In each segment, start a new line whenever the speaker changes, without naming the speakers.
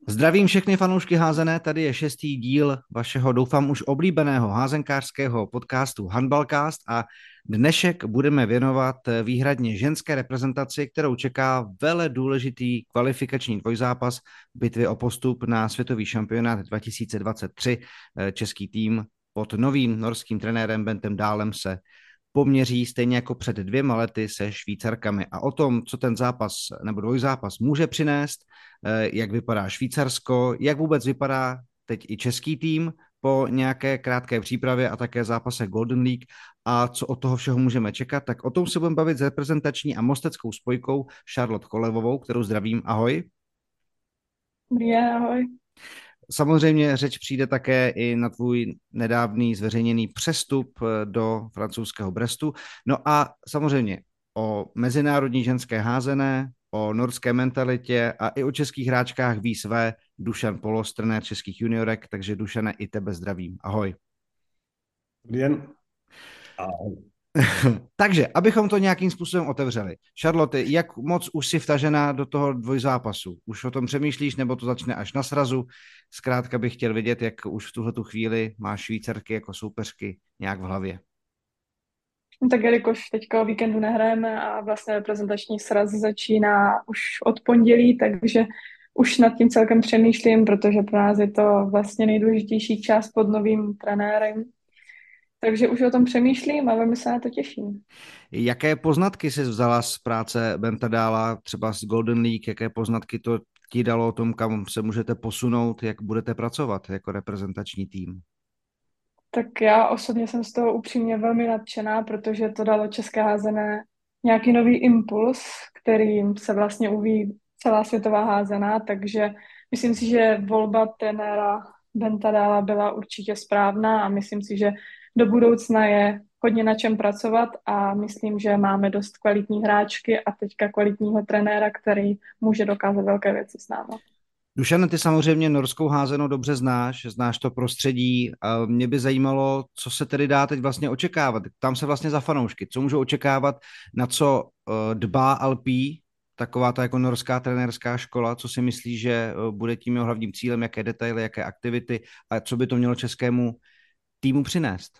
Zdravím všechny fanoušky házené, tady je 6. díl vašeho doufám už oblíbeného házenkářského podcastu Handballcast a dnešek budeme věnovat výhradně ženské reprezentaci, kterou čeká vele důležitý kvalifikační dvojzápas v bitvě o postup na světový šampionát 2023. Český tým pod novým norským trenérem Bentem Dálem se poměří stejně jako před 2 lety se Švýcarkami. A o tom, co ten zápas nebo dvojzápas může přinést, jak vypadá Švýcarsko, jak vůbec vypadá teď i český tým po nějaké krátké přípravě a také zápase Golden League a co od toho všeho můžeme čekat, tak o tom se budeme bavit s reprezentační a mosteckou spojkou Charlotte Kolevovou, kterou zdravím. Ahoj.
Dobrý den, ahoj.
Samozřejmě řeč přijde také i na tvůj nedávný zveřejněný přestup do francouzského Brestu. No a samozřejmě o mezinárodní ženské házené, o norské mentalitě a i o českých hráčkách ví své Dušan Polos, trenér českých juniorek, takže Dušane, i tebe zdravím. Ahoj.
Dobrý den. Ahoj.
Takže, abychom to nějakým způsobem otevřeli. Charlotte, jak moc už jsi vtažená do toho dvojzápasu? Už o tom přemýšlíš, nebo to začne až na srazu? Zkrátka bych chtěl vědět, jak už v tuhletu chvíli máš Švýcarky jako soupeřky nějak v hlavě.
No tak jelikož teďka o víkendu nehrajeme a vlastně reprezentační sraz začíná už od pondělí, takže už nad tím celkem přemýšlím, protože pro nás je to vlastně nejdůležitější čas pod novým trenérem. Takže už o tom přemýšlím a velmi se na to těším.
Jaké poznatky jsi vzala z práce Benta Dála, třeba z Golden League? Jaké poznatky to ti dalo o tom, kam se můžete posunout, jak budete pracovat jako reprezentační tým?
Tak já osobně jsem z toho upřímně velmi nadšená, protože to dalo české házené nějaký nový impuls, kterým se vlastně uví celá světová házená, takže myslím si, že volba trenéra Benta Dala byla určitě správná a myslím si, že do budoucna je hodně na čem pracovat a myslím, že máme dost kvalitní hráčky a teďka kvalitního trenéra, který může dokázat velké věci s námi.
Dušane, ty samozřejmě norskou házenou dobře znáš to prostředí. A mě by zajímalo, co se tedy dá teď vlastně očekávat. Tam se vlastně za fanoušky, co můžou očekávat, na co dbá Alpí, taková ta jako norská trenérská škola, co si myslíš, že bude tím jeho hlavním cílem, jaké detaily, jaké aktivity a co by to mělo českému týmu přinést?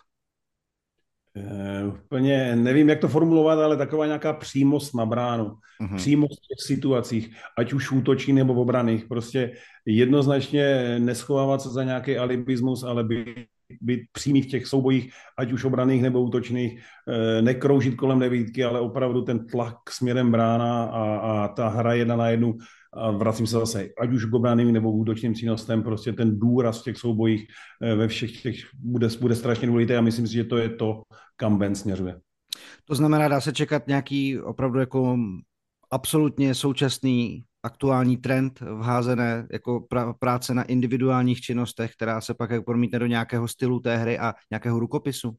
Úplně nevím, jak to formulovat, ale taková nějaká přímost na bránu.
Mhm.
Přímost v těch situacích, ať už útočí nebo v obraných. Prostě jednoznačně neschovávat se za nějaký alibismus, ale být přímý v těch soubojích, ať už obraných nebo útočných, nekroužit kolem devítky, ale opravdu ten tlak směrem brána a ta hra 1 na 1. A vracím se zase, ať už k obranným nebo k útočným činnostem, prostě ten důraz v těch soubojích ve všech těch bude strašně důležitý a myslím si, že to je to, kam Ben směřuje.
To znamená, dá se čekat nějaký opravdu jako absolutně současný aktuální trend v házené jako práce na individuálních činnostech, která se pak jako promítne do nějakého stylu té hry a nějakého rukopisu?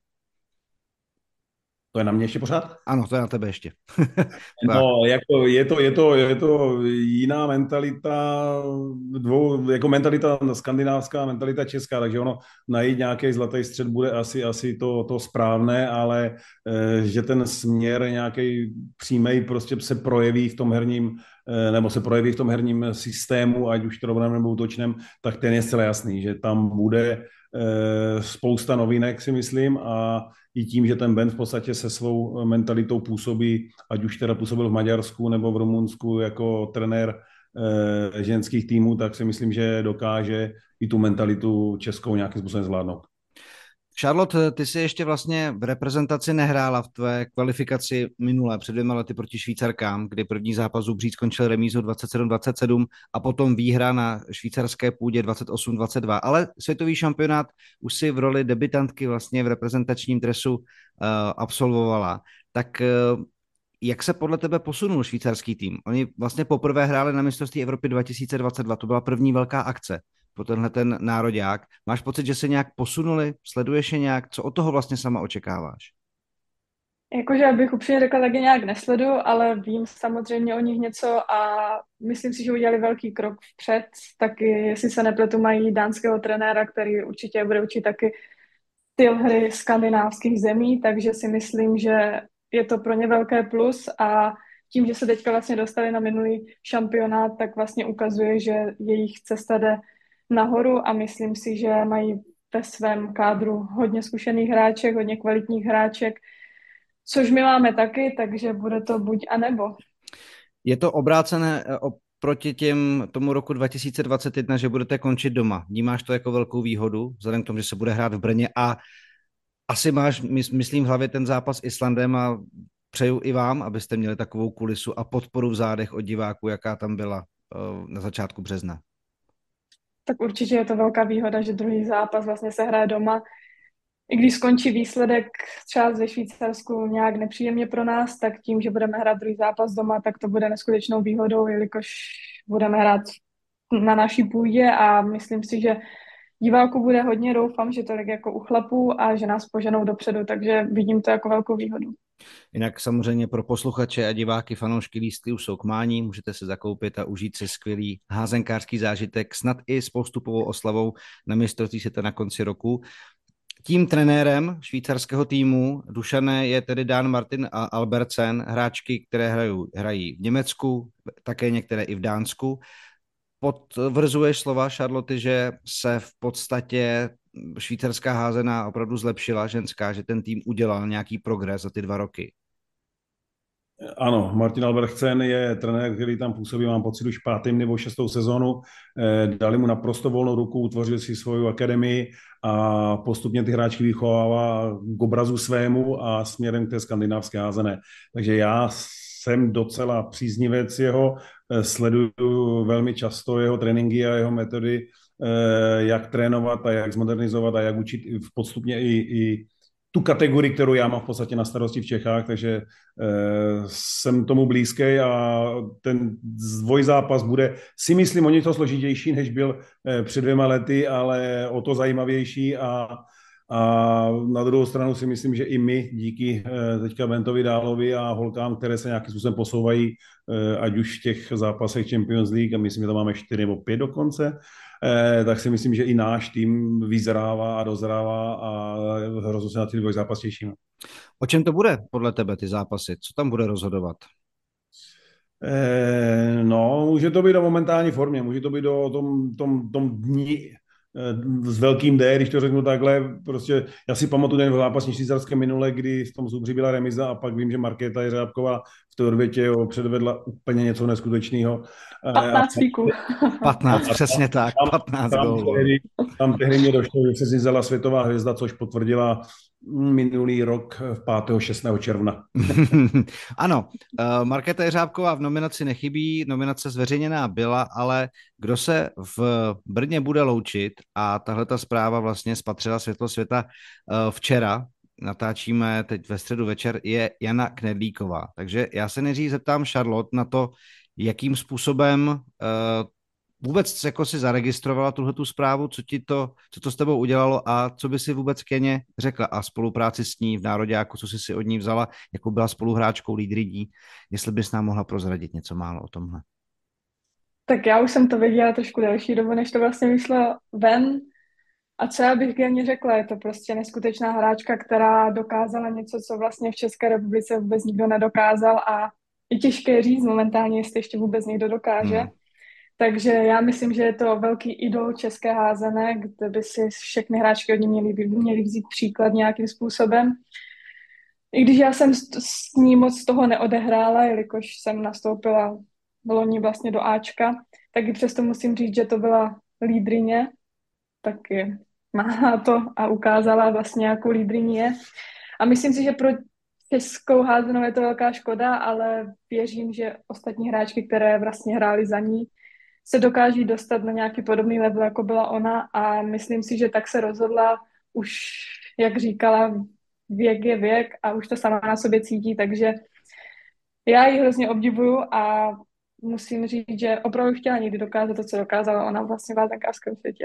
To je na mě ještě pořád?
Ano, to je na tebe ještě. Tak.
No, jako je to jiná mentalita, jako mentalita skandinávská, mentalita česká, takže ono najít nějaký zlatý střed bude asi to správné, ale že ten směr nějaký přímý prostě se projeví v tom herním, nebo se projeví v tom herním systému, ať už to nebo útočném, tak ten je zcela jasný, že tam bude spousta novinek, si myslím, a i tím, že ten Ben v podstatě se svou mentalitou působí, ať už teda působil v Maďarsku nebo v Rumunsku jako trenér ženských týmů, tak si myslím, že dokáže i tu mentalitu českou nějakým způsobem zvládnout.
Charlotte, ty jsi ještě vlastně v reprezentaci nehrála v tvé kvalifikaci minule před 2 lety proti Švýcarkám, kdy první zápas Zubříč skončil remízou 27-27 a potom výhra na švýcarské půdě 28-22. Ale světový šampionát už si v roli debutantky vlastně v reprezentačním dresu absolvovala. Tak jak se podle tebe posunul švýcarský tým? Oni vlastně poprvé hráli na mistrovství Evropy 2022, to byla první velká akce pro tenhle ten nároďák. Máš pocit, že se nějak posunuli? Sleduješ je nějak? Co od toho vlastně sama očekáváš?
Jakože abych upřímně řekla, tak je nějak nesledu, ale vím samozřejmě o nich něco a myslím si, že udělali velký krok vpřed. Taky, jestli se nepletu, mají dánského trenéra, který určitě bude učit taky styl hry skandinávských zemí, takže si myslím, že je to pro ně velké plus a tím, že se teďka vlastně dostali na minulý šampionát, tak vlastně ukazuje, že jejich cesta jde nahoru a myslím si, že mají ve svém kádru hodně zkušených hráček, hodně kvalitních hráček, což my máme taky, takže bude to buď a nebo.
Je to obrácené oproti tomu roku 2021, že budete končit doma. Vnímáš to jako velkou výhodu, vzhledem k tomu, že se bude hrát v Brně a asi máš, myslím, v hlavě ten zápas s Islandem a přeju i vám, abyste měli takovou kulisu a podporu v zádech od diváků, jaká tam byla na začátku března.
Tak určitě je to velká výhoda, že druhý zápas vlastně se hraje doma. I když skončí výsledek třeba ve Švýcarsku nějak nepříjemně pro nás, tak tím, že budeme hrát druhý zápas doma, tak to bude neskutečnou výhodou, jelikož budeme hrát na naší půdě a myslím si, že diváků bude hodně, doufám, že tolik jako u chlapů a že nás poženou dopředu, takže vidím to jako velkou výhodu.
Jinak samozřejmě pro posluchače a diváky fanoušky lístky už jsou k mání, můžete se zakoupit a užít si skvělý házenkářský zážitek, snad i s postupovou oslavou na mistrovství světa na konci roku. Tím trenérem švýcarského týmu Dušané je tedy Dan Martin a Albertsen, hráčky, které hrají v Německu, také některé i v Dánsku. Potvrzuješ slova Charlotte, že se v podstatě švýcarská házená opravdu zlepšila, ženská, že ten tým udělal nějaký progres za ty 2 roky?
Ano, Martin Albertsen je trenér, který tam působí, mám pocit, už 5. nebo 6. sezónu. Dali mu naprosto volnou ruku, utvořil si svoji akademii a postupně ty hráčky vychovává k obrazu svému a směrem k té skandinávské házené. Takže já jsem docela příznivec jeho, sleduju velmi často jeho tréninky a jeho metody, jak trénovat a jak zmodernizovat a jak učit postupně i tu kategorii, kterou já mám v podstatě na starosti v Čechách, takže jsem tomu blízký a ten dvojzápas bude, si myslím, o něco složitější, než byl před 2 lety, ale o to zajímavější a na druhou stranu si myslím, že i my díky teďka Bentovi Dálovi a holkám, které se nějakým způsobem posouvají, ať už v těch zápasech Champions League, a myslím, že to máme 4 nebo 5 dokonce, tak si myslím, že i náš tým vyzrává a dozrává a hrozně se na ty dvojzápas těšíme.
O čem to bude podle tebe ty zápasy? Co tam bude rozhodovat?
No, může to být o momentální formě, může to být o tom dni s velkým D, když to řeknu takhle, prostě já si pamatuju ten zápas švýcarské minule, kdy v tom Zubří byla remiza a pak vím, že Markéta Jeřábková v té odvětě předvedla úplně něco neskutečného.
15 fíků.
15, přesně tak, 15 gólů.
Tam tehdy mě došlo, že se zizela světová hvězda, což potvrdila minulý rok v 5. 6. června.
Ano, Markéta Jeřábková v nominaci nechybí, nominace zveřejněná byla, ale kdo se v Brně bude loučit a tahle ta zpráva vlastně spatřila světlo světa včera, natáčíme teď ve středu večer, je Jana Knedlíková. Takže já se nejdřív zeptám Charlotte na to, jakým způsobem vůbec jako si zaregistrovala tuhletu zprávu, co to s tebou udělalo a co by si vůbec Keně řekla a spolupráci s ní v Nároďáku, co jsi si od ní vzala, jako byla spoluhráčkou lídridí, jestli bys nám mohla prozradit něco málo o tomhle.
Tak já už jsem to věděla trošku delší dobu, než to vlastně vyšlo ven. A co já bych Keně řekla, je to prostě neskutečná hráčka, která dokázala něco, co vlastně v České republice vůbec nikdo nedokázal a je těžké říct momentálně, jestli ještě vůbec někdo dokáže. Takže já myslím, že je to velký idol české házené, kde by si všechny hráčky od ní měly vzít příklad nějakým způsobem. I když já jsem s ní moc toho neodehrála, jelikož jsem nastoupila loni vlastně do Ačka, tak i přesto musím říct, že to byla lídrině, taky má to a ukázala vlastně, jakou lídriní je. A myslím si, že pro českou házenou je to velká škoda, ale věřím, že ostatní hráčky, které vlastně hrály za ní, se dokáží dostat na nějaký podobný level, jako byla ona a myslím si, že tak se rozhodla už, jak říkala, věk je věk a už to sama na sobě cítí, takže já ji hrozně obdivuju a musím říct, že opravdu chtěla někdy dokázat to, co dokázala ona vlastně v házenkářském světě.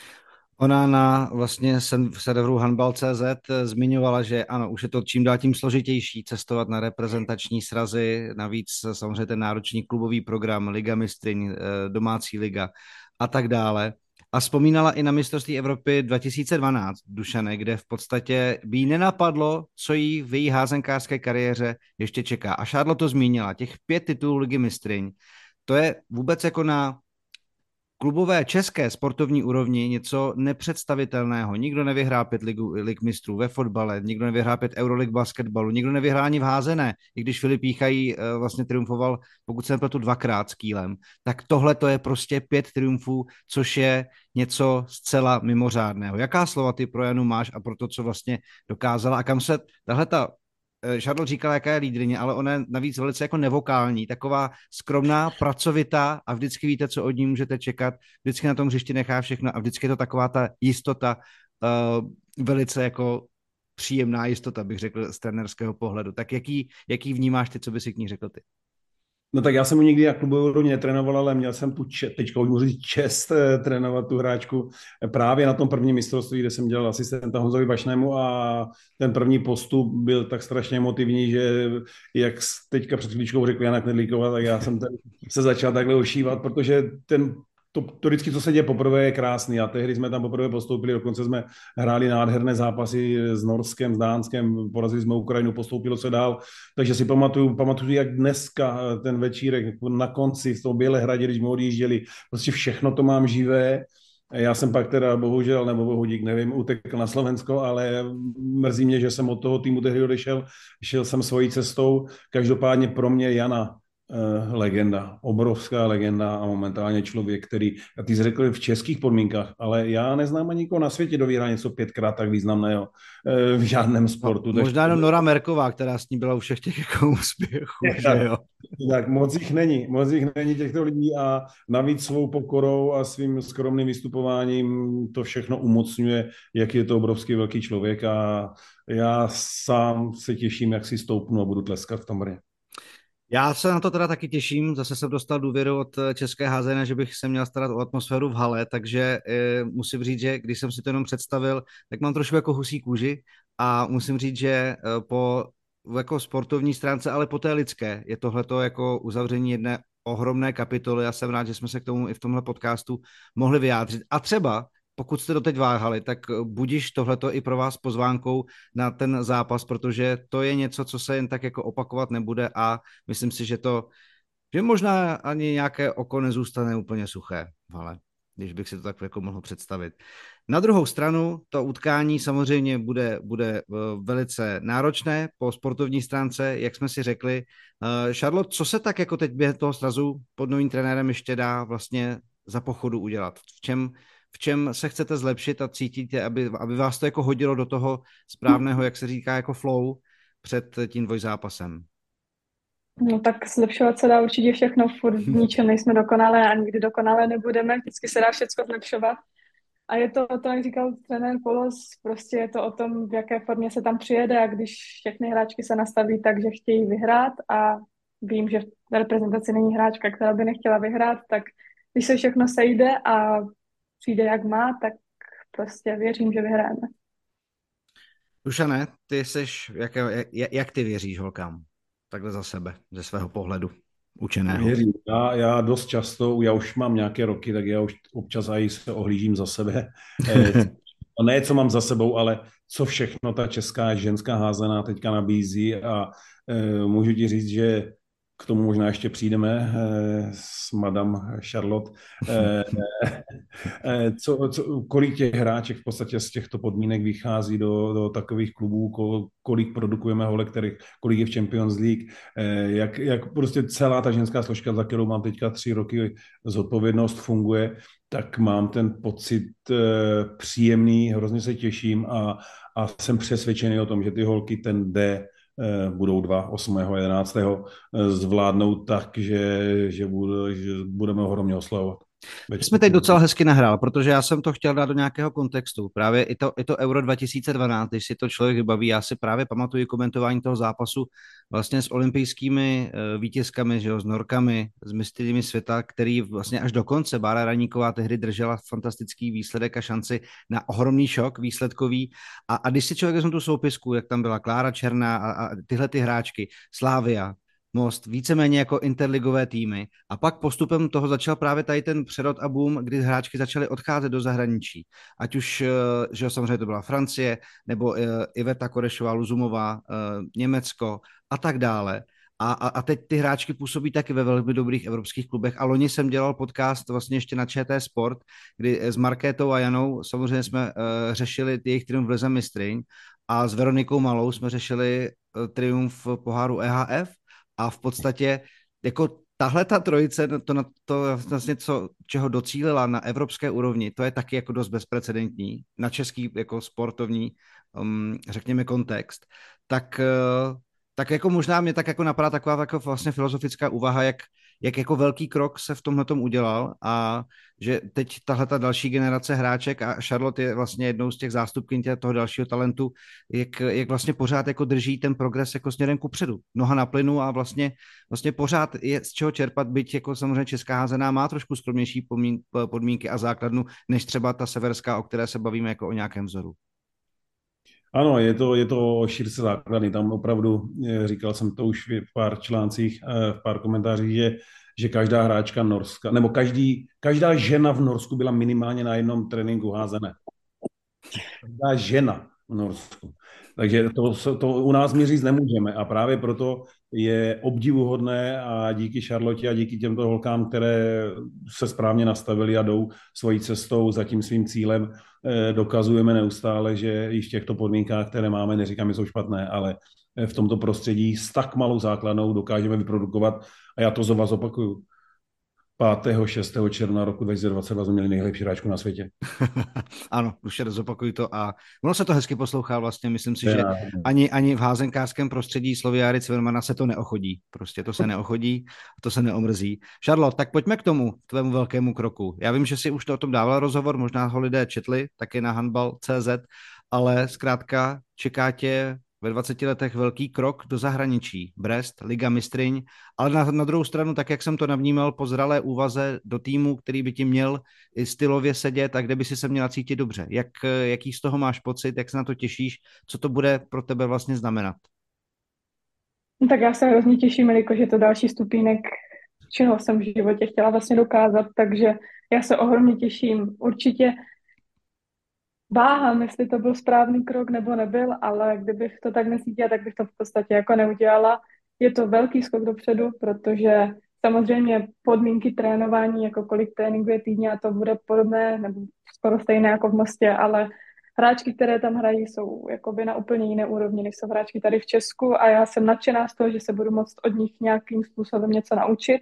Ona na vlastně serveru handball.cz zmiňovala, že ano, už je to čím dál tím složitější cestovat na reprezentační srazy, navíc samozřejmě ten náročný klubový program, Liga mistryň, domácí liga a tak dále. A vzpomínala i na mistrovství Evropy 2012, Dušane, kde v podstatě by jí nenapadlo, co jí v její házenkářské kariéře ještě čeká. A Charlotte to zmínila, těch 5 titulů Ligy mistryň, to je vůbec jako na klubové české sportovní úrovni něco nepředstavitelného. Nikdo nevyhrál 5 lig mistrů ve fotbale, nikdo nevyhrál 5 Eurolig basketbalu, nikdo nevyhrál ani v házené, i když Filip Jíchají vlastně triumfoval, pokud se nepletu, 2krát s Kýlem. Tak tohle to je prostě 5 triumfů, což je něco zcela mimořádného. Jaká slova ty pro Janu máš a pro to, co vlastně dokázala a kam se tahle ta Charlotte říkala, jaká je lídrině, ale ona je navíc velice jako nevokální, taková skromná, pracovitá a vždycky víte, co od ní můžete čekat. Vždycky na tom hřišti nechá všechno a vždycky je to taková ta jistota, velice jako příjemná jistota, bych řekl, z trenerského pohledu. Tak jaký vnímáš ty, co by si k ní řekl ty?
No tak já jsem mu nikdy na klubové úrovni netrénoval, ale měl jsem tu teďka už můžu říct čest trénovat tu hráčku právě na tom prvním mistrovství, kde jsem dělal asistenta Honzovi Bašnému a ten první postup byl tak strašně emotivní, že jak teďka před chvíličkou řekl Jana Knedlíková, tak já jsem se začal takhle ošívat, protože to vždycky, co se děje poprvé, je krásný a tehdy jsme tam poprvé postoupili, dokonce jsme hráli nádherné zápasy s Norskem, s Dánskem, porazili jsme Ukrajinu, postoupilo se dál, takže si pamatuju, jak dneska ten večírek na konci v tom Bělehradě, když jsme odjížděli, prostě všechno to mám živé. Já jsem pak teda bohužel, nebo bohudík, nevím, utekl na Slovensko, ale mrzí mě, že jsem od toho týmu tehdy odešel, šel jsem svojí cestou, každopádně pro mě Jana legenda, obrovská legenda a momentálně člověk, který, a ty jsi řekl v českých podmínkách, ale já neznám ani nikoho na světě, kdo vyhrá něco 5krát tak významného v žádném sportu.
No, možná jenom Nora Merková, která s ní byla u všech těch jako úspěchů, že jo?
Tak moc jich není těchto lidí a navíc svou pokorou a svým skromným vystupováním to všechno umocňuje, jak je to obrovský velký člověk a já sám se těším, jak si stoupnu a budu tleskat v tom Brně.
Já se na to teda taky těším, zase jsem dostal důvěru od české házené, že bych se měl starat o atmosféru v hale, takže musím říct, že když jsem si to jenom představil, tak mám trošku jako husí kůži a musím říct, že po jako sportovní stránce, ale po té lidské, je tohleto jako uzavření jedné ohromné kapitoly. Já jsem rád, že jsme se k tomu i v tomhle podcastu mohli vyjádřit. A třeba pokud jste doteď váhali, tak budiš tohleto i pro vás pozvánkou na ten zápas, protože to je něco, co se jen tak jako opakovat nebude a myslím si, že možná ani nějaké oko nezůstane úplně suché, ale když bych si to tak jako mohl představit. Na druhou stranu to utkání samozřejmě bude velice náročné po sportovní stránce, jak jsme si řekli. Charlotte, co se tak jako teď během toho srazu pod novým trenérem ještě dá vlastně za pochodu udělat? V čem se chcete zlepšit a cítíte, aby vás to jako hodilo do toho správného, jak se říká, jako flow před tím dvojzápasem?
No tak zlepšovat se dá určitě všechno, furt v ničem nejsme dokonalé a nikdy dokonalé nebudeme, vždycky se dá všechno zlepšovat. A je to o tom, jak říkal trenér Polos, prostě je to o tom, v jaké formě se tam přijede a když všechny hráčky se nastaví tak, že chtějí vyhrát a vím, že v reprezentaci není hráčka, která by nechtěla vyhrát, tak když se všechno sejde a přijde jak má, tak prostě věřím, že vyhráme.
Dušane, ty seš, jak ty věříš holkám? Takhle za sebe, ze svého pohledu učeného.
Věřím. Já dost často, já už mám nějaké roky, tak já už občas i se ohlížím za sebe. A ne, co mám za sebou, ale co všechno ta česká ženská házená teďka nabízí a můžu ti říct, že k tomu možná ještě přijdeme s Madame Charlotte. Kolik těch hráček v podstatě z těchto podmínek vychází do takových klubů, kolik produkujeme holek, kolik je v Champions League, jak prostě celá ta ženská složka, za kterou mám teďka 3 roky zodpovědnost, funguje, tak mám ten pocit příjemný, hrozně se těším a jsem přesvědčený o tom, že ty holky ten D budou 8. 11. zvládnou tak, že budeme ohromně oslavovat.
My jsme teď docela hezky nahrál, protože já jsem to chtěl dát do nějakého kontextu. Právě i to Euro 2012, když si to člověk vybaví, já si právě pamatuju komentování toho zápasu vlastně s olympijskými vítězkami, že jo, s Norkami, s mistryněmi světa, který vlastně až do konce Bára Raníková tehdy držela fantastický výsledek a šanci na ohromný šok výsledkový. A když si člověk vezme tu soupisku, jak tam byla Klára Černá a tyhle ty hráčky, Slávia, Most, víceméně jako interligové týmy. A pak postupem toho začal právě tady ten přerod a boom, kdy hráčky začaly odcházet do zahraničí. Ať už, že jo, samozřejmě to byla Francie, nebo Iveta Korešová, Luzumová, Německo a tak dále. A teď ty hráčky působí taky ve velmi dobrých evropských klubech. A loni jsem dělal podcast vlastně ještě na ČT Sport, kdy s Markétou a Janou samozřejmě jsme řešili jejich triumf v Lize mistryň a s Veronikou Malou jsme řešili triumf poháru EHF a v podstatě jako tahle ta trojice, to vlastně, čeho docílila na evropské úrovni, to je taky jako dost bezprecedentní, na český jako sportovní, řekněme, kontext, tak jako možná mě tak jako napadá taková jako vlastně filozofická úvaha, jak jako velký krok se v tomhletom udělal a že teď tahle ta další generace hráček a Charlotte je vlastně jednou z těch zástupkyň toho dalšího talentu, jak vlastně pořád jako drží ten progres jako směrem kupředu. Noha na plynu a vlastně pořád je z čeho čerpat, byť jako samozřejmě česká házená má trošku skromnější podmínky a základnu, než třeba ta severská, o které se bavíme jako o nějakém vzoru.
Ano, je to o šířce základny. Tam opravdu, říkal jsem to už v pár článcích, v pár komentářích, že každá hráčka Norska, nebo každá žena v Norsku byla minimálně na jednom tréninku házené. Každá žena v Norsku. Takže to u nás my říct nemůžeme a právě proto je obdivuhodné a díky Charlotte a díky těmto holkám, které se správně nastavili a jdou svojí cestou za tím svým cílem, dokazujeme neustále, že i v těchto podmínkách, které máme, neříkám, že jsou špatné, ale v tomto prostředí s tak malou základnou dokážeme vyprodukovat, a já to znovu zopakuju, 5. 6. června roku 2022 jsme měli nejlepší hráčku na světě.
Ano, už zopakuju to a ono se to hezky poslouchá vlastně, myslím si, že ani v házenkářském prostředí Sloviáry Cvermana se to neochodí, prostě to se neochodí, to se neomrzí. Charlotte, tak pojďme k tomu, tvému velkému kroku. Já vím, že si už to o tom dával rozhovor, možná ho lidé četli, taky na handball.cz, ale zkrátka čeká tě ve 20 letech velký krok do zahraničí. Brest, Liga mistryň, ale na druhou stranu, tak jak jsem to navnímal, po zralé úvaze do týmu, který by ti měl i stylově sedět a kde by si se měla cítit dobře. Jaký z toho máš pocit, jak se na to těšíš, co to bude pro tebe vlastně znamenat?
No, tak já se hrozně těším, jelikož je to další stupínek, čeho jsem v životě chtěla vlastně dokázat, takže já se ohromně těším. Určitě váhám, jestli to byl správný krok nebo nebyl, ale kdybych to tak necítila, tak bych to v podstatě jako neudělala. Je to velký skok dopředu, protože samozřejmě podmínky trénování, jako kolik tréninku je týdně a to bude podobné nebo skoro stejné jako v Mostě, ale hráčky, které tam hrají, jsou jakoby na úplně jiné úrovni, než jsou hráčky tady v Česku a já jsem nadšená z toho, že se budu moct od nich nějakým způsobem něco naučit.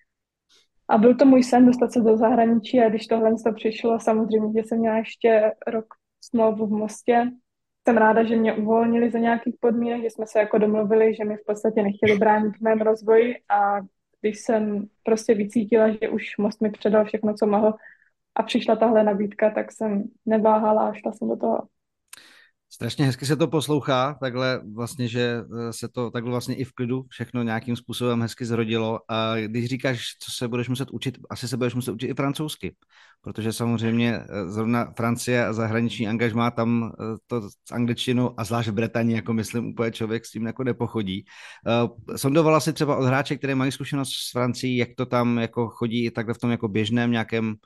A byl to můj sen dostat se do zahraničí a když tohle to přišlo, samozřejmě, že jsem měla ještě rok smlouvu v Mostě. Jsem ráda, že mě uvolnili za nějakých podmínek, že jsme se jako domluvili, že mi v podstatě nechtěli bránit v mém rozvoji a když jsem prostě vycítila, že už Most mi předal všechno, co mohl a přišla tahle nabídka, tak jsem neváhala a šla jsem do toho.
Strašně hezky se to poslouchá, takhle vlastně, že se to takhle vlastně i v klidu všechno nějakým způsobem hezky zrodilo. A když říkáš, co se budeš muset učit, asi se budeš muset učit i francouzsky, protože samozřejmě zrovna Francie a zahraniční angažmá tam to s angličtinou a zvlášť v Británii, jako myslím, úplně člověk s tím jako nepochodí. Sondovala si třeba od hráček, které mají zkušenost s Francií, jak to tam jako chodí takhle v tom jako běžném nějakém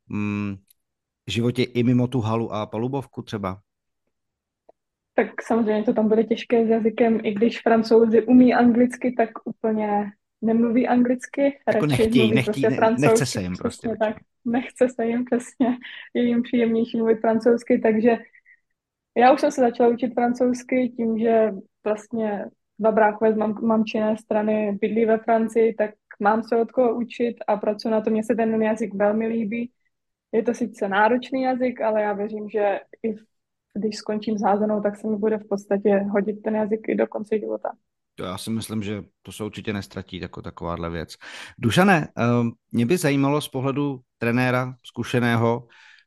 životě i mimo tu halu a palubovku třeba?
Tak samozřejmě to tam bude těžké s jazykem, i když Francouzi umí anglicky, tak úplně nemluví anglicky.
Jako nechce se jim prostě.
Tak, nechce se jim přesně, je jim příjemnější mluvit francouzsky, takže já už jsem se začala učit francouzsky tím, že vlastně dva bráchové z mamčiné strany bydlí ve Francii, tak mám se od koho učit a pracuji na tom, mně se ten jazyk velmi líbí. Je to sice náročný jazyk, ale já věřím, že i když skončím s házenou, tak se mi bude v podstatě hodit ten jazyk i do konce života.
To já si myslím, že to se určitě nestratí jako takováhle věc. Dušane, mě by zajímalo z pohledu trenéra zkušeného,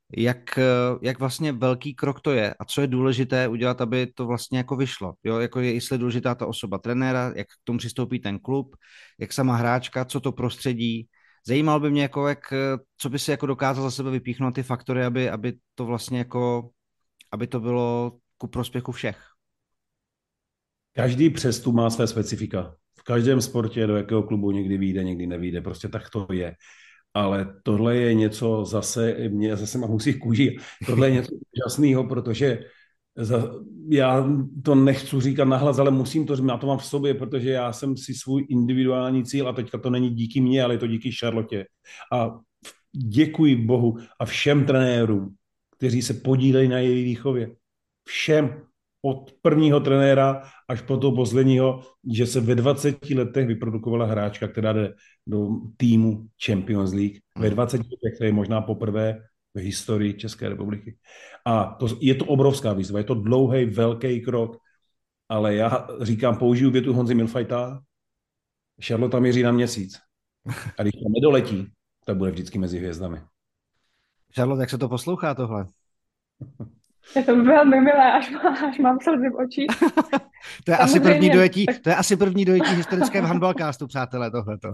jak vlastně velký krok to je a co je důležité udělat, aby to vlastně jako vyšlo. Jo, jako je jestli důležitá ta osoba trenéra, jak k tomu přistoupí ten klub, jak sama hráčka, co to prostředí. Zajímalo by mě, jako co by si jako dokázal za sebe vypíchnout ty faktory, aby to vlastně jako aby to bylo ku prospěchu všech.
Každý přestup má své specifika. V každém sportě do jakého klubu někdy vyjde, někdy nevyjde. Prostě tak to je. Ale tohle je něco zase, mě zase mám husí kůži, tohle je něco úžasného, protože já to nechci říkat nahlas, ale musím to říct, já to mám v sobě, protože já jsem si svůj individuální cíl, a teďka to není díky mně, ale je to díky Charlotte. A děkuji Bohu a všem trenérům, kteří se podílejí na její výchově. Všem, od prvního trenéra až po toho posledního, že se ve 20 letech vyprodukovala hráčka, která jde do týmu Champions League. Ve 20 letech, to je možná poprvé v historii České republiky. A je to obrovská výzva, je to dlouhý, velký krok, ale já říkám, použiju větu Honzy Milfajta, Charlotte měří na měsíc. A když to nedoletí, tak bude vždycky mezi hvězdami.
Charlotte, jak se to poslouchá tohle?
Je to velmi milé, až mám slzy v očích.
To je asi první dojetí, to je asi první dojetí historického handballcastu, přátelé, tohleto.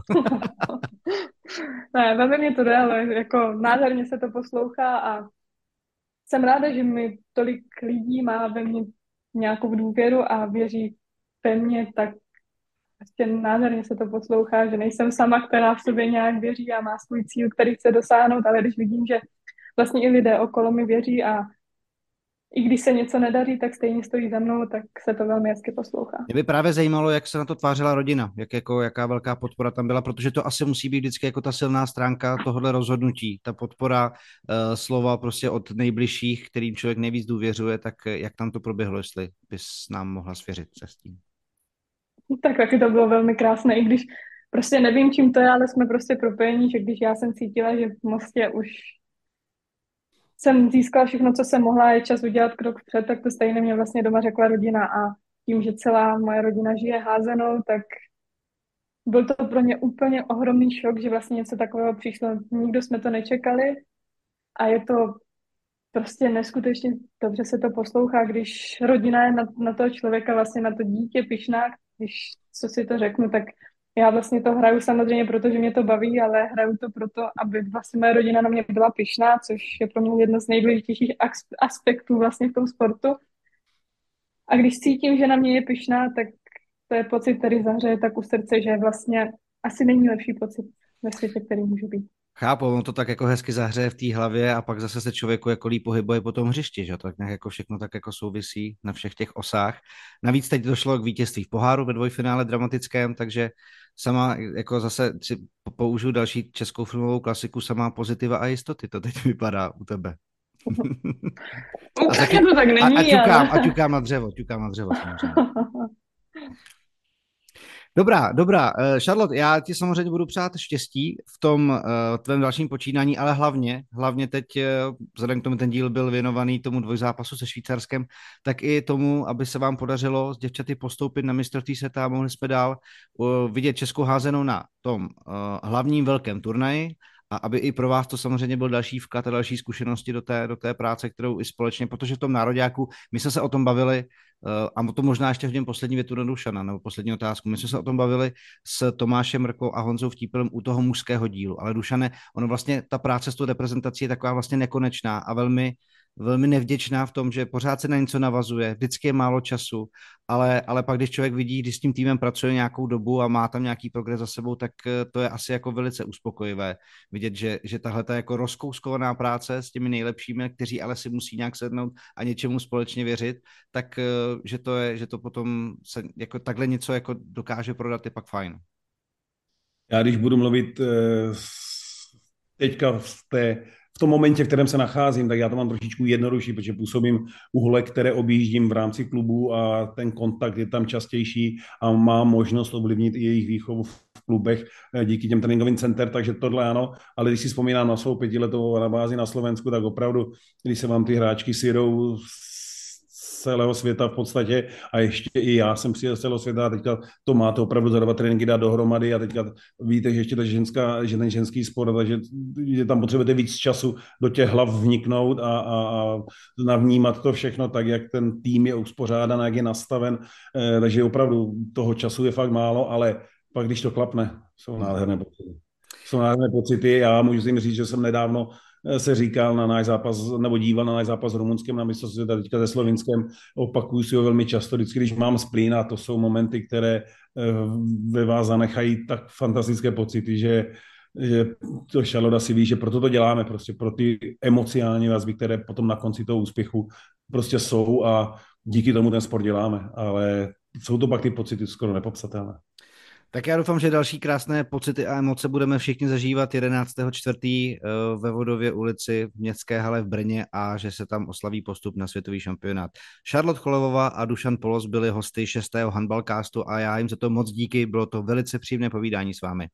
Ne, velmi mě to jde, ale jako nádherně se to poslouchá a jsem ráda, že mi tolik lidí má ve mně nějakou důvěru a věří ve mně, tak prostě nádherně se to poslouchá, že nejsem sama, která v sobě nějak věří a má svůj cíl, který chce dosáhnout, ale když vidím, že vlastně i lidé okolo mi věří a i když se něco nedaří, tak stejně stojí za mnou, tak se to velmi hezky poslouchá.
Mě by právě zajímalo, jak se na to tvářila rodina, jaká velká podpora tam byla, protože to asi musí být vždycky jako ta silná stránka tohohle rozhodnutí, ta podpora slova prostě od nejbližších, kterým člověk nejvíc důvěřuje, tak jak tam to proběhlo, jestli bys nám mohla svěřit se s tím.
Tak taky to bylo velmi krásné, i když prostě nevím, čím to je, ale jsme prostě propojení, že když já jsem cítila, že v Mostě už jsem získala všechno, co jsem mohla, je čas udělat krok vpřed, tak to stejně mě vlastně doma řekla rodina a tím, že celá moje rodina žije házenou, tak byl to pro mě úplně ohromný šok, že vlastně něco takového přišlo. Nikdo jsme to nečekali a je to prostě neskutečně dobře se to poslouchá, když rodina je na toho člověka, vlastně na to dítě pyšná, když co si to řeknu, tak já vlastně to hraju samozřejmě proto, že mě to baví, ale hraju to proto, aby vlastně moje rodina na mě byla pyšná, což je pro mě jedno z nejdůležitějších aspektů vlastně v tom sportu. A když cítím, že na mě je pyšná, tak to je pocit, který zahřeje tak u srdce, že vlastně asi není lepší pocit ve světě, který může být.
Chápu, on to tak jako hezky zahřeje v té hlavě a pak zase se člověku jako líp pohybuje po tom hřišti, že? Tak nějak jako všechno tak jako souvisí na všech těch osách. Navíc teď došlo k vítězství v poháru ve dvojfinále dramatickém, takže sama jako zase si použiju další českou filmovou klasiku, samá pozitiva a jistoty, to teď vypadá u tebe.
Úplně to tak není,
a ťukám na dřevo samozřejmě. Dobrá. Charlotte, já ti samozřejmě budu přát štěstí v tom tvém dalším počínání, ale hlavně teď, vzhledem k tomu ten díl byl věnovaný tomu dvojzápasu se Švýcarskem, tak i tomu, aby se vám podařilo s děvčaty postoupit na mistrovství světa a mohli jsme dál vidět českou házenou na tom hlavním velkém turnaji, a aby i pro vás to samozřejmě byl další vklad a další zkušenosti do té práce, kterou i společně, protože v tom nároďáku, my jsme se o tom bavili, a to možná ještě v něm poslední větu na Dušana, nebo poslední otázku, my jsme se o tom bavili s Tomášem Mrkou a Honzou Vtípilem u toho mužského dílu, ale Dušane, ono vlastně ta práce s tou reprezentací je taková vlastně nekonečná a velmi nevděčná v tom, že pořád se na něco navazuje, vždycky je málo času, ale pak, když člověk vidí, když s tím týmem pracuje nějakou dobu a má tam nějaký progres za sebou, tak to je asi jako velice uspokojivé vidět, že tahle ta jako rozkouskovaná práce s těmi nejlepšími, kteří ale si musí nějak sednout a něčemu společně věřit, tak že to potom se jako takhle něco jako dokáže prodat, je pak fajn.
Já když budu mluvit teďka v tom momentě, v kterém se nacházím, tak já to mám trošičku jednodušší, protože působím úhle, které objíždím v rámci klubu a ten kontakt je tam častější a mám možnost ovlivnit i jejich výchovu v klubech díky těm tréninkovým center, takže tohle ano, ale když si vzpomínám na svou 5letou na bázi na Slovensku, tak opravdu, když se vám ty hráčky sjedou z celého světa v podstatě a ještě i já jsem přijel z celého světa a teďka to máte opravdu za 2 tréninky dát dohromady a teďka víte, že ještě že ten ženský sport, takže tam potřebujete víc času do těch hlav vniknout a navnímat to všechno tak, jak ten tým je uspořádan, jak je nastaven, takže opravdu toho času je fakt málo, ale pak když to klapne, jsou nádherné pocity. Já můžu si říct, že jsem nedávno se říkal na náš zápas, nebo díval na náš zápas s Rumunskem, na mistrovství světa teďka se Slovinskem. Opakuju si ho velmi často, vždycky, když mám splín, a to jsou momenty, které ve vás zanechají tak fantastické pocity, že to Charlotte asi ví, že proto to děláme, prostě pro ty emocionální vazby, které potom na konci toho úspěchu prostě jsou a díky tomu ten sport děláme, ale jsou to pak ty pocity skoro nepopsatelné.
Tak já doufám, že další krásné pocity a emoce budeme všichni zažívat 11.4. ve Vodově ulici v Městské hale v Brně a že se tam oslaví postup na světový šampionát. Charlotte Cholevová a Dušan Polos byli hosty 6. handbalcastu a já jim za to moc díky, bylo to velice příjemné povídání s vámi.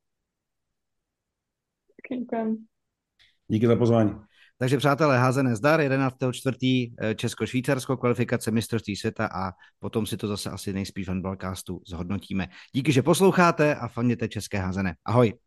Děkujem.
Díky za pozvání.
Takže přátelé, házené zdar, 11.4. Česko-Švýcarsko, kvalifikace mistrovství světa a potom si to zase asi nejspíš v handbalcastu zhodnotíme. Díky, že posloucháte a fandíte české házené. Ahoj.